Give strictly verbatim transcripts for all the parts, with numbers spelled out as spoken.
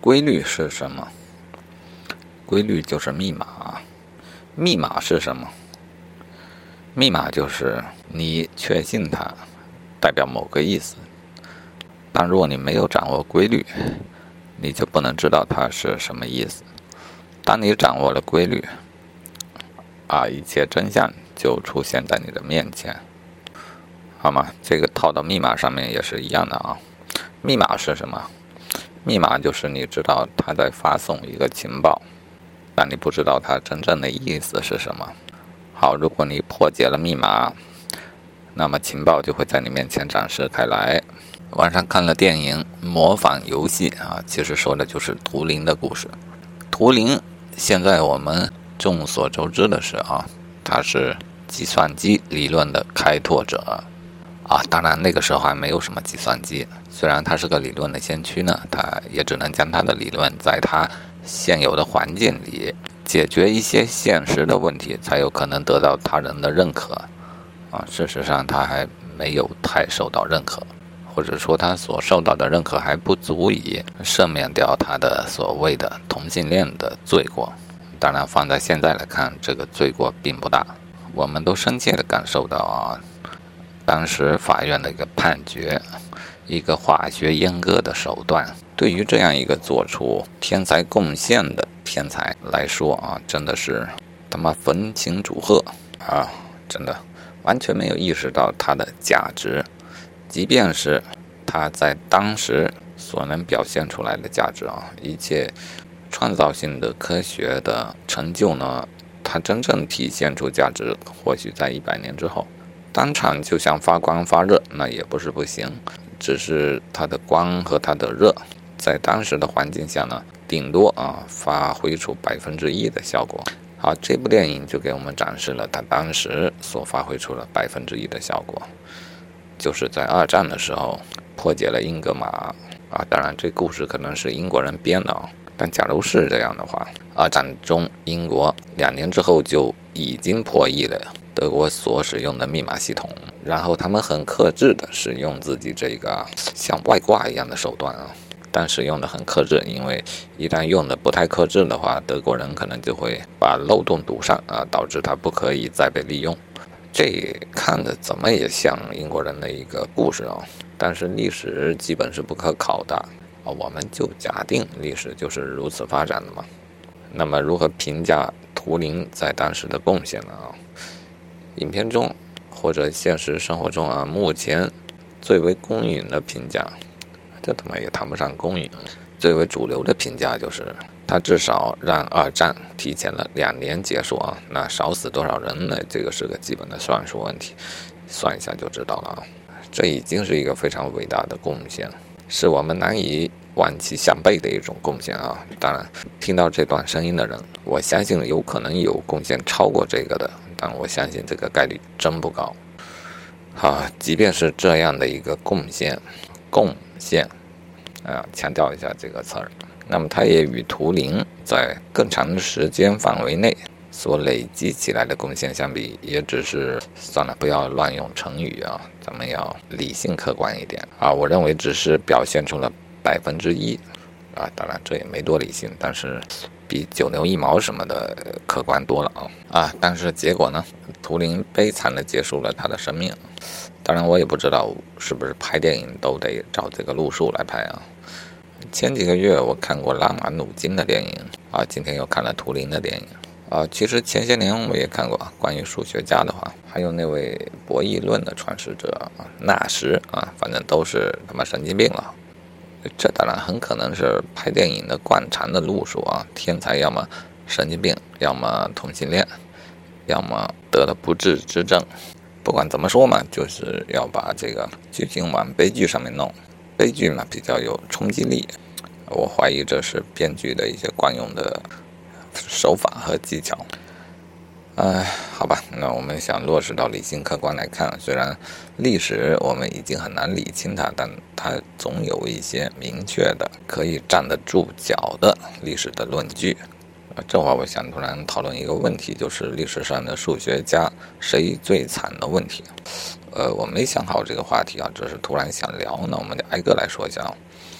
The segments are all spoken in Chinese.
规律是什么？规律就是密码。密码是什么？密码就是你确信它代表某个意思，但如果你没有掌握规律，你就不能知道它是什么意思。当你掌握了规律，啊，一切真相就出现在你的面前，好吗？这个套到密码上面也是一样的啊。密码是什么？密码就是你知道他在发送一个情报，但你不知道它真正的意思是什么。好，如果你破解了密码，那么情报就会在你面前展示开来。晚上看了电影《模仿游戏》啊，其实说的就是图灵的故事。图灵现在我们众所周知的是啊，他是计算机理论的开拓者啊。当然那个时候还没有什么计算机，虽然他是个理论的先驱呢，他也只能将他的理论在他现有的环境里解决一些现实的问题，才有可能得到他人的认可啊。事实上他还没有太受到认可，或者说他所受到的认可还不足以赦免掉他的所谓的同性恋的罪过。当然放在现在来看，这个罪过并不大。我们都深切地感受到啊，当时法院的一个判决，一个化学阉割的手段，对于这样一个做出天才贡献的天才来说啊，真的是他妈焚琴祝贺啊！真的完全没有意识到它的价值，即便是他在当时所能表现出来的价值啊，一切创造性的科学的成就呢，它真正体现出价值，或许在一百年之后，当场就像发光发热，那也不是不行，只是它的光和它的热，在当时的环境下呢，顶多啊发挥出百分之一的效果。好，这部电影就给我们展示了它当时所发挥出了百分之一的效果，就是在二战的时候破解了英格玛啊。当然，这故事可能是英国人编的啊，但假如是这样的话，二战中英国两年之后就已经破译了德国所使用的密码系统，然后他们很克制的使用自己这个像外挂一样的手段啊，但使用的很克制，因为一旦用的不太克制的话，德国人可能就会把漏洞堵上啊，导致它不可以再被利用。这看着怎么也像英国人的一个故事啊，但是历史基本是不可考的啊，我们就假定历史就是如此发展的嘛。那么如何评价图灵在当时的贡献呢？啊，影片中或者现实生活中啊，目前最为公允的评价，这他妈也谈不上公允，最为主流的评价就是他至少让二战提前了两年结束啊，那少死多少人呢？这个是个基本的算术问题，算一下就知道了啊。这已经是一个非常伟大的贡献，是我们难以望其项背的一种贡献啊。当然，听到这段声音的人，我相信有可能有贡献超过这个的，但我相信这个概率真不高。好，即便是这样的一个贡献，贡献啊，强调一下这个词儿。那么它也与图灵在更长的时间范围内所累积起来的贡献相比，也只是算了，不要乱用成语啊，咱们要理性客观一点啊。我认为只是表现出了百分之一啊，当然这也没多理性，但是比九牛一毛什么的客观多了啊啊！但是结果呢，图灵悲惨的结束了他的生命。当然我也不知道是不是拍电影都得照这个路数来拍啊。前几个月我看过拉马努金的电影啊，今天又看了图灵的电影啊。其实前些年我也看过关于数学家的话，还有那位博弈论的创始者啊纳什啊，反正都是他妈神经病了。这当然很可能是拍电影的惯常的路数啊，天才要么神经病，要么同性恋，要么得了不治之症。不管怎么说嘛，就是要把这个剧情往悲剧上面弄，悲剧嘛比较有冲击力。我怀疑这是编剧的一些惯用的手法和技巧。哎，好吧，那我们想落实到理性客观来看，虽然历史我们已经很难理清它，但它总有一些明确的可以站得住脚的历史的论据。这会儿我想突然讨论一个问题，就是历史上的数学家谁最惨的问题。呃，我没想好这个话题啊，只是突然想聊，那我们就挨个来说一下。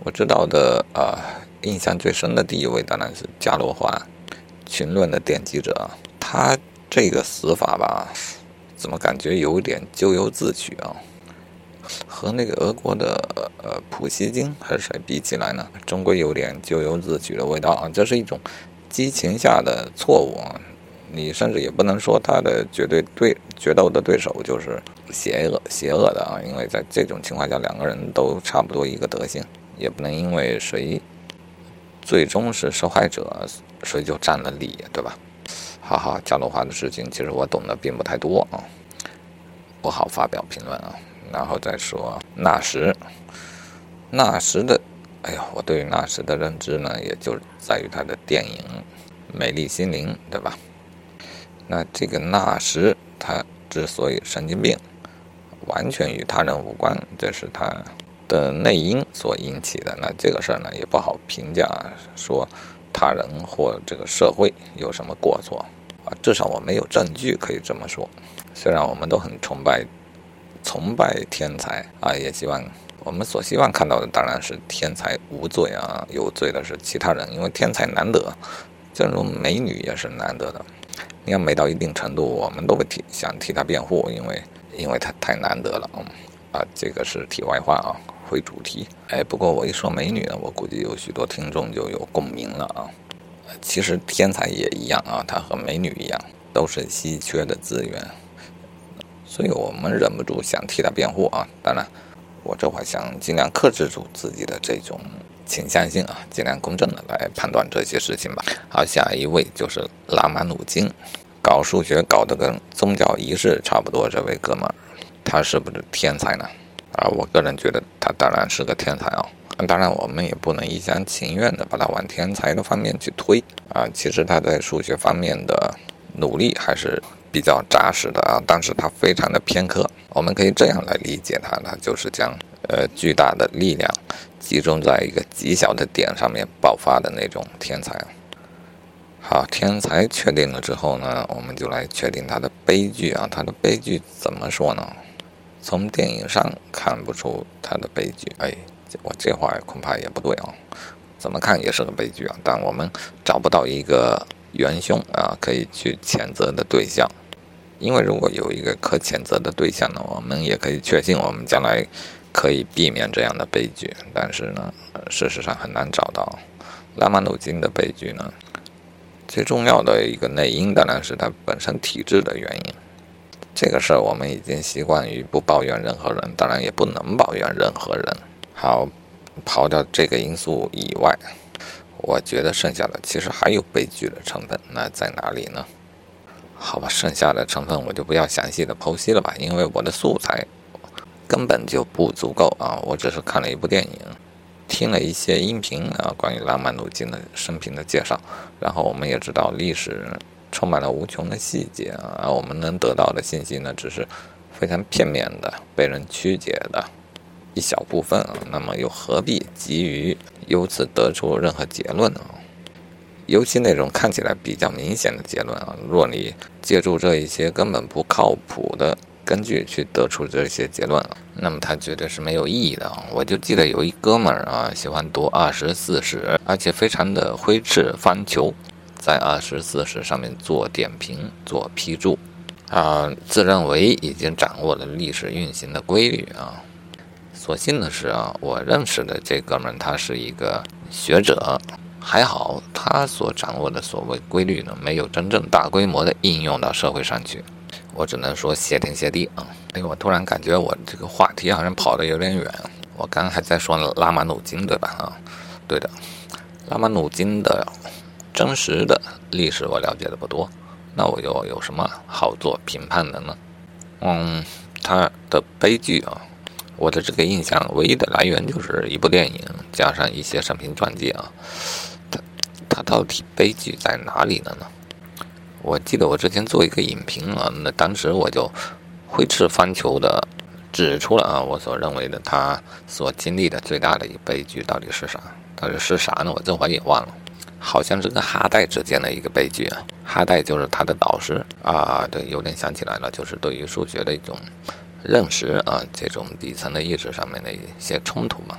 我知道的啊、呃，印象最深的第一位当然是伽罗华，群论的奠基者。他这个死法吧，怎么感觉有点咎由自取啊？和那个俄国的呃普希金还是谁比起来呢，终归有点咎由自取的味道啊。这是一种激情下的错误啊，你甚至也不能说他的绝对对决斗的对手就是邪恶邪恶的啊，因为在这种情况下，两个人都差不多一个德行，也不能因为谁最终是受害者，谁就占了理，对吧？哈哈，伽罗华的事情，其实我懂得并不太多啊，不好发表评论啊。然后再说纳什，纳什的，哎呦，我对于纳什的认知呢，也就在于他的电影《美丽心灵》，对吧？那这个纳什他之所以神经病，完全与他人无关，这是他的内因所引起的。那这个事儿呢，也不好评价说他人或这个社会有什么过错啊，至少我没有证据可以这么说。虽然我们都很崇拜崇拜天才啊，也希望我们所希望看到的当然是天才无罪啊，有罪的是其他人，因为天才难得，正如美女也是难得的。你要美到一定程度，我们都会替想替他辩护，因为因为他太难得了啊。这个是题外话啊，回主题。哎，不过我一说美女呢，我估计有许多听众就有共鸣了啊。其实天才也一样啊，他和美女一样，都是稀缺的资源。所以我们忍不住想替他辩护啊！当然，我这会想尽量克制住自己的这种倾向性啊，尽量公正的来判断这些事情吧。好，下一位就是拉马努金，搞数学搞得跟宗教仪式差不多，这位哥们儿，他是不是天才呢？啊，我个人觉得他当然是个天才啊。当然，我们也不能一厢情愿的把他往天才的方面去推啊。其实他在数学方面的努力还是比较扎实的啊，但是他非常的偏科。我们可以这样来理解他呢，就是将呃巨大的力量集中在一个极小的点上面爆发的那种天才。好，天才确定了之后呢，我们就来确定他的悲剧啊。他的悲剧怎么说呢？从电影上看不出他的悲剧，哎，我这话恐怕也不对啊。怎么看也是个悲剧啊，但我们找不到一个元凶啊，可以去谴责的对象。因为如果有一个可谴责的对象呢，我们也可以确信我们将来可以避免这样的悲剧。但是呢，事实上很难找到。拉马努金的悲剧呢，最重要的一个内因当然是他本身体质的原因。这个事儿我们已经习惯于不抱怨任何人，当然也不能抱怨任何人。好，刨掉这个因素以外，我觉得剩下的其实还有悲剧的成分，那在哪里呢？好吧，剩下的成分我就不要详细的剖析了吧，因为我的素材根本就不足够啊。我只是看了一部电影，听了一些音频啊，关于拉马努金的生平的介绍，然后我们也知道历史充满了无穷的细节啊，而我们能得到的信息呢，只是非常片面的、被人曲解的一小部分啊。那么又何必急于由此得出任何结论呢？尤其那种看起来比较明显的结论啊，若你借助这一些根本不靠谱的根据去得出这些结论，那么它绝对是没有意义的。我就记得有一哥们儿啊，喜欢读二十四史，而且非常的挥斥方遒，在二十四史上面做点评、做批注啊，自认为已经掌握了历史运行的规律啊。所幸的是啊，我认识的这哥们儿他是一个学者。还好，他所掌握的所谓规律呢，没有真正大规模的应用到社会上去。我只能说谢天谢地啊！因为我突然感觉我这个话题好像跑得有点远。我刚刚还在说拉马努金，对吧？啊，对的，拉马努金的真实的历史我了解的不多，那我又有什么好做评判的呢？嗯，他的悲剧啊，我的这个印象唯一的来源就是一部电影，加上一些生平传记啊。他到底悲剧在哪里了呢？我记得我之前做一个影评啊，那当时我就挥斥方遒的指出了啊，我所认为的他所经历的最大的一个悲剧到底是啥？到底是啥呢？我这会儿也忘了，好像是跟哈代之间的一个悲剧啊。哈代就是他的导师啊，对，有点想起来了，就是对于数学的一种认识啊，这种底层的意识上面的一些冲突嘛。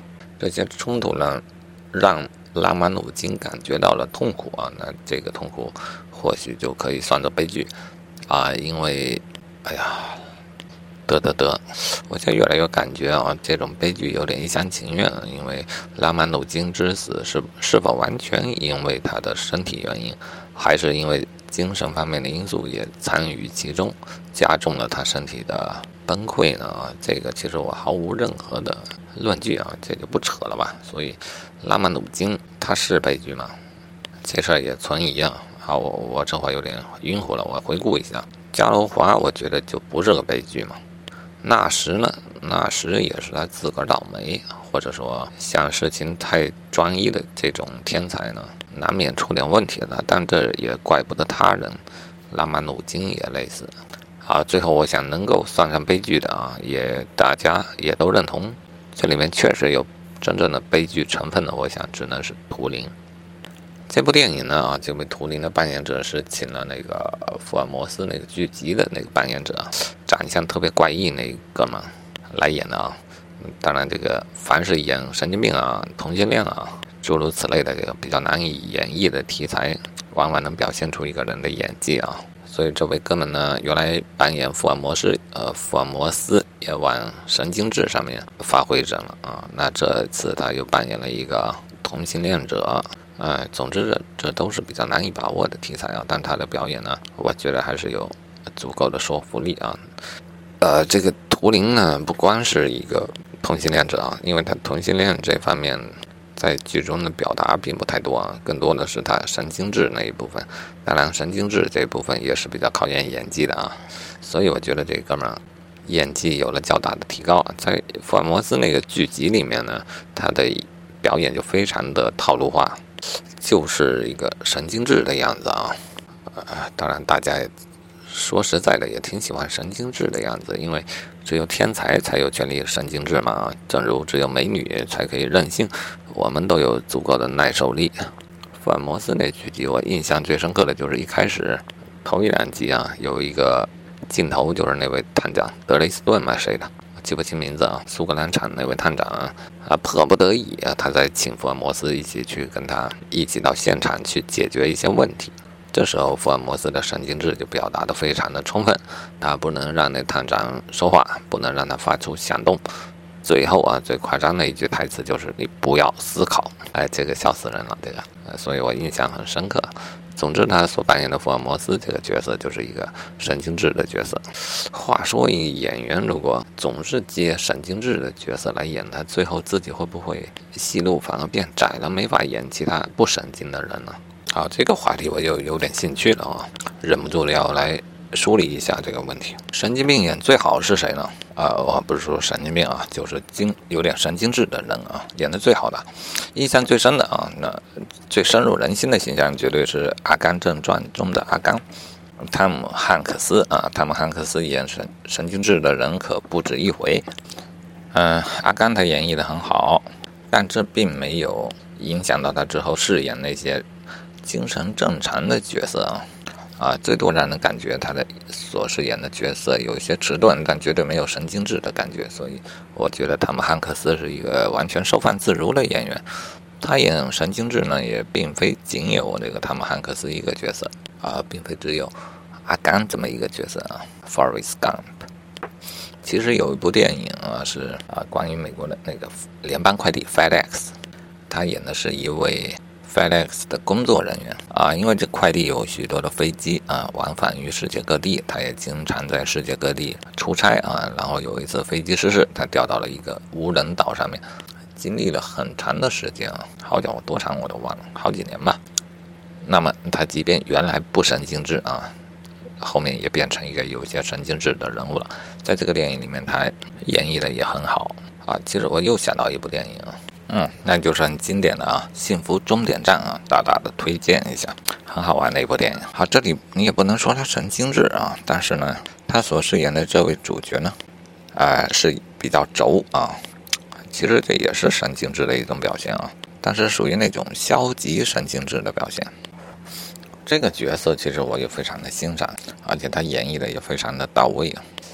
这些冲突呢，让拉马努金感觉到了痛苦啊，那这个痛苦或许就可以算作悲剧啊，因为，哎呀，得得得，我现在越来越感觉啊，这种悲剧有点一厢情愿了，因为拉马努金之死是是否完全因为他的身体原因，还是因为精神方面的因素也参与其中，加重了他身体的崩溃呢？啊，这个其实我毫无任何的论据啊，这就不扯了吧。所以拉马努金他是悲剧吗？这事儿也存疑啊。好，我我这会有点晕乎了，我回顾一下，加罗华我觉得就不是个悲剧嘛。纳什呢？纳什也是他自个儿倒霉，或者说像事情太专一的这种天才呢，难免出点问题的，但这也怪不得他人。拉马努金也类似。好，最后我想能够算上悲剧的啊，也大家也都认同，这里面确实有真正的悲剧成分的，我想只能是图灵。这部电影呢啊，这位图灵的扮演者是请了那个福尔摩斯那个剧集的那个扮演者，长相特别怪异那个嘛来演的啊。当然，这个凡是演神经病啊、同性恋啊诸如此类的这个比较难以演绎的题材，往往能表现出一个人的演技啊。所以这位哥们呢，原来扮演福尔摩斯，呃，福尔摩斯也往神经质上面发挥着了啊。那这次他又扮演了一个同性恋者。呃，总之这这都是比较难以把握的题材啊，但他的表演呢，我觉得还是有足够的说服力啊。呃，这个图灵呢，不光是一个同性恋者啊，因为他同性恋这方面在剧中的表达并不太多啊，更多的是他神经质那一部分。当然，神经质这一部分也是比较考验演技的啊，所以我觉得这哥们儿演技有了较大的提高啊。在福尔摩斯那个剧集里面呢，他的表演就非常的套路化。就是一个神经质的样子啊，呃，当然大家说实在的也挺喜欢神经质的样子，因为只有天才才有权利神经质嘛，正如只有美女才可以任性，我们都有足够的耐受力。福尔摩斯那剧集我印象最深刻的就是一开始头一两集啊，有一个镜头就是那位探长德雷斯顿嘛，谁的记不清名字啊，苏格兰场那位探长啊，啊迫不得已啊，他在请福尔摩斯一起去跟他一起到现场去解决一些问题。这时候福尔摩斯的神经质就表达得非常的充分，他不能让那探长说话，不能让他发出响动。最后啊，最夸张的一句台词就是“你不要思考”，哎，这个笑死人了，这个，呃、所以我印象很深刻。总之，他所扮演的福尔摩斯这个角色就是一个神经质的角色。话说，一个演员如果总是接神经质的角色来演，他最后自己会不会戏路反而变窄了，没法演其他不神经的人呢？好，这个话题我就有点兴趣了啊，忍不住要来梳理一下这个问题。神经病演最好是谁呢？啊、呃，我不是说神经病啊，就是经有点神经质的人啊，演的最好的，印象最深的啊，那最深入人心的形象绝对是《阿甘正传》中的阿甘，汤姆汉克斯啊，汤姆汉克斯演神神经质的人可不止一回。嗯、呃，阿甘他演绎的很好，但这并没有影响到他之后饰演那些精神正常的角色啊。啊，最多让人感觉他的所饰演的角色有一些迟钝，但绝对没有神经质的感觉，所以我觉得汤姆汉克斯是一个完全收放自如的演员。他演神经质呢，也并非仅有这个汤姆汉克斯一个角色啊，并非只有阿甘这么一个角色啊 ，Forrest Gump。其实有一部电影啊，是啊关于美国的那个联邦快递 FedEx， 他演的是一位FedEx 的工作人员啊，因为这快递有许多的飞机啊，往返于世界各地，他也经常在世界各地出差啊。然后有一次飞机失事，他调到了一个无人岛上面，经历了很长的时间啊，好家伙，多长我都忘了，好几年吧。那么他即便原来不神经质啊，后面也变成一个有些神经质的人物了。在这个电影里面，他演绎的也很好啊。其实我又想到一部电影啊。嗯，那就是很经典的啊，《幸福终点站》啊，大大的推荐一下，很好玩的一部电影。好，这里你也不能说他神经质啊，但是呢，他所饰演的这位主角呢，呃，是比较轴啊，其实这也是神经质的一种表现啊，但是属于那种消极神经质的表现。这个角色其实我也非常的欣赏，而且他演绎的也非常的到位啊。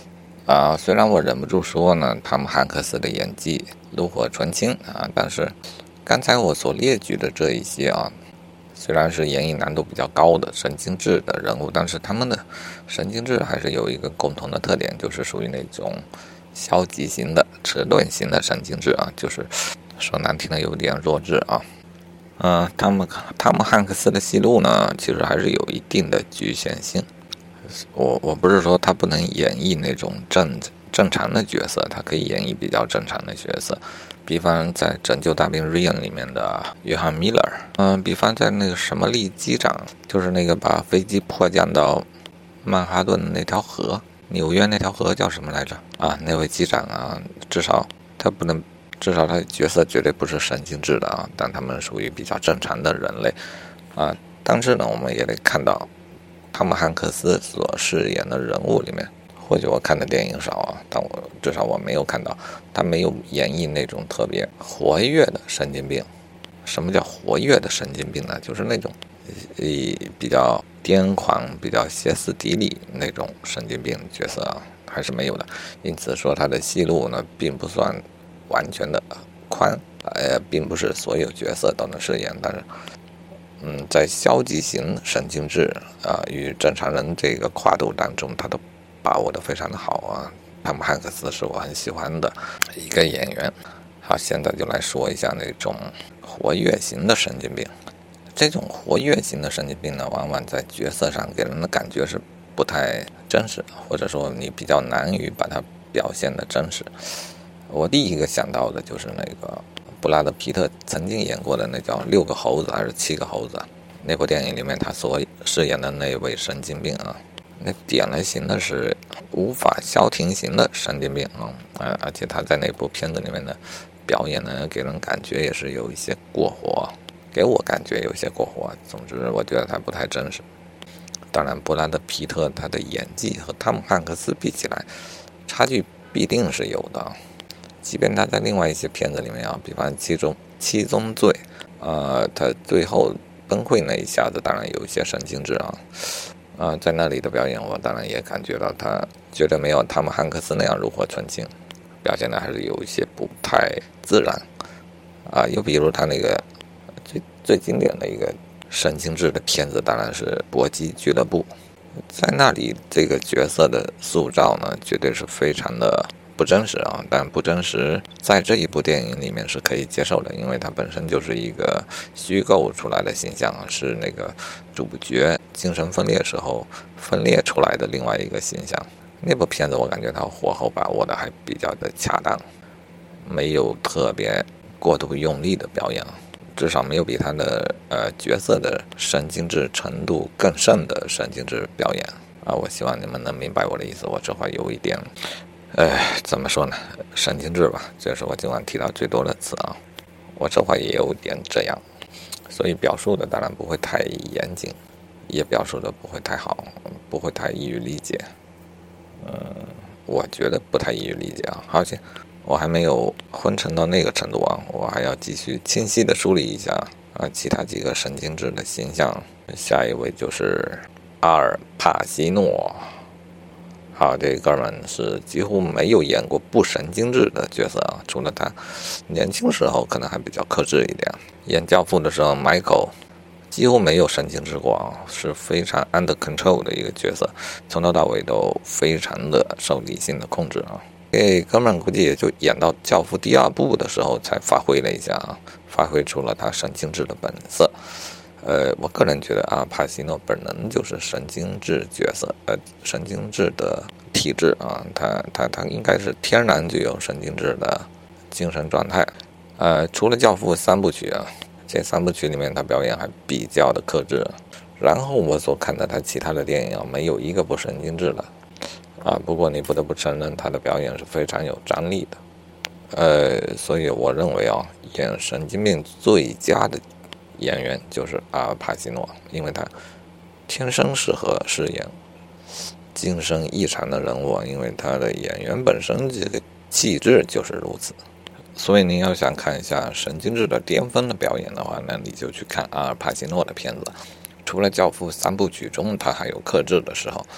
啊，虽然我忍不住说呢，汤姆汉克斯的演技炉火纯青啊，但是刚才我所列举的这一些啊，虽然是演绎难度比较高的神经质的人物，但是他们的神经质还是有一个共同的特点，就是属于那种消极型的、迟钝型的神经质啊，就是说难听的有点弱智啊。呃，汤姆汤姆汉克斯的戏路呢，其实还是有一定的局限性。我我不是说他不能演绎那种正正常的角色，他可以演绎比较正常的角色，比方在《拯救大兵瑞恩》里面的约翰·米勒，嗯，比方在那个什么利机长，就是那个把飞机迫降到曼哈顿的那条河，纽约那条河叫什么来着？啊，那位机长啊，至少他不能，至少他的角色绝对不是神经质的啊，但他们属于比较正常的人类啊。但是呢，我们也得看到汤姆汉克斯所饰演的人物里面，或许我看的电影少啊，但我至少我没有看到他没有演绎那种特别活跃的神经病。什么叫活跃的神经病呢？就是那种呃比较癫狂、比较歇斯底里那种神经病角色啊，还是没有的。因此说他的戏路呢，并不算完全的宽，呃，并不是所有角色都能饰演，但是。嗯，在消极型神经质啊与正常人这个跨度当中，他都把握得非常的好啊。汤姆汉克斯是我很喜欢的一个演员。好，现在就来说一下那种活跃型的神经病。这种活跃型的神经病呢，往往在角色上给人的感觉是不太真实，或者说你比较难于把它表现的真实。我第一个想到的就是那个布拉德·皮特曾经演过的那叫六个猴子还是七个猴子那部电影里面，他所饰演的那位神经病啊，那典型的是无法消停型的神经病啊，呃，而且他在那部片子里面的表演呢，给人感觉也是有一些过火，给我感觉有些过火。总之，我觉得他不太真实。当然，布拉德·皮特他的演技和汤姆汉克斯比起来，差距必定是有的。即便他在另外一些片子里面啊，比方七宗七宗罪，呃，他最后崩溃那一下子，当然有一些神经质啊，呃，在那里的表演，我当然也感觉到他绝对没有汤姆汉克斯那样炉火纯青，表现的还是有一些不太自然啊。又比如他那个最最经典的一个神经质的片子，当然是《搏击俱乐部》，在那里这个角色的塑造呢，绝对是非常的不真实啊，但不真实在这一部电影里面是可以接受的，因为它本身就是一个虚构出来的形象，是那个主角精神分裂时候分裂出来的另外一个形象。那部片子我感觉它火候把握的还比较的恰当，没有特别过度用力的表演，至少没有比他的呃角色的神经质程度更甚的神经质表演啊。我希望你们能明白我的意思，我这话有一点哎，怎么说呢？神经质吧，这是我今晚提到最多的词啊。我这话也有点这样，所以表述的当然不会太严谨，也表述的不会太好，不会太易于理解。嗯，我觉得不太易于理解啊。好些，我还没有昏沉到那个程度啊，我还要继续清晰的梳理一下啊其他几个神经质的形象。下一位就是阿尔帕西诺。好，这哥们是几乎没有演过不神经质的角色啊，除了他年轻时候可能还比较克制一点。演教父的时候 ，Michael 几乎没有神经质过啊，是非常 under control 的一个角色，从头到尾都非常的受理性的控制啊。这哥们估计也就演到教父第二部的时候才发挥了一下啊，发挥出了他神经质的本色。呃，我个人觉得阿尔帕西诺本人就是神经质角色，呃，神经质的体质啊，他他他应该是天然具有神经质的精神状态。呃，除了《教父》三部曲啊，这三部曲里面他表演还比较的克制。然后我所看的他其他的电影啊，没有一个不神经质的啊。不过你不得不承认他的表演是非常有张力的。呃，所以我认为啊，演神经病最佳的演员就是阿尔帕西诺，因为他天生适合饰演精神异常的人物，因为他的演员本身这个气质就是如此。所以您要想看一下神经质的巅峰的表演的话，那你就去看阿尔帕西诺的片子。除了《教父》三部曲中他还有克制的时候，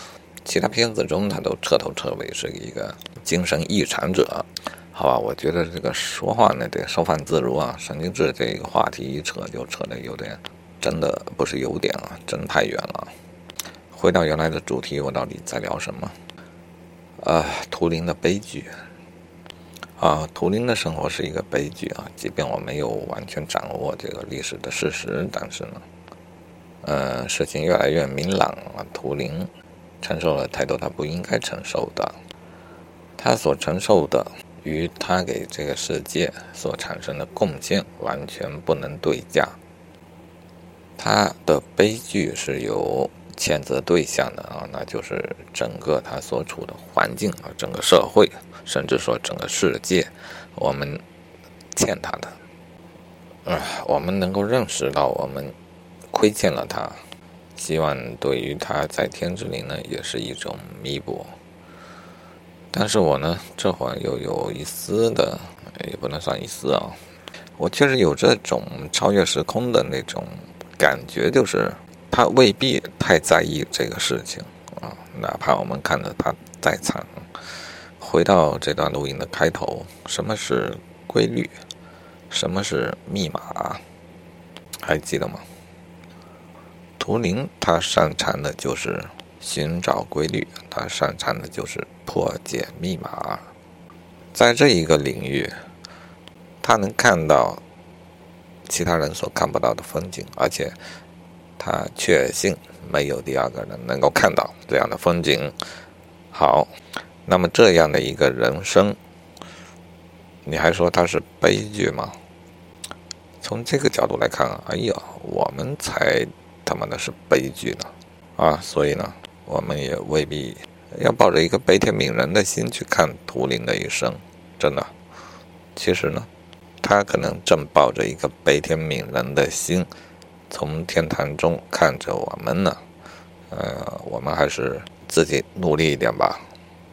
其他片子中他都彻头彻尾是一个精神异常者。好吧，我觉得这个说话呢得收放自如啊，神经质这个话题一扯就扯得有点，真的不是有点啊，真太远了。回到原来的主题，我到底在聊什么？呃，图灵的悲剧啊，图灵的生活是一个悲剧啊，即便我没有完全掌握这个历史的事实，但是呢，呃，事情越来越明朗了，图灵承受了太多他不应该承受的，他所承受的与他给这个世界所产生的贡献完全不能对价。他的悲剧是有谴责对象的啊，那就是整个他所处的环境啊，整个社会，甚至说整个世界，我们欠他的。呃，我们能够认识到我们亏欠了他，希望对于他在天之灵呢，也是一种弥补。但是我呢，这会儿又有一丝的，也不能算一丝啊，我确实有这种超越时空的那种感觉，就是他未必太在意这个事情啊，哪怕我们看着他再惨。回到这段录音的开头，什么是规律？什么是密码？还记得吗？图灵他擅长的就是寻找规律，他擅长的就是破解密码。在这一个领域，他能看到其他人所看不到的风景，而且他确信没有第二个人能够看到这样的风景。好，那么这样的一个人生，你还说他是悲剧吗？从这个角度来看，哎呀，我们才他妈的是悲剧呢啊！所以呢，我们也未必要抱着一个悲天悯人的心去看图灵的一生，真的。其实呢，他可能正抱着一个悲天悯人的心，从天堂中看着我们呢。呃，我们还是自己努力一点吧。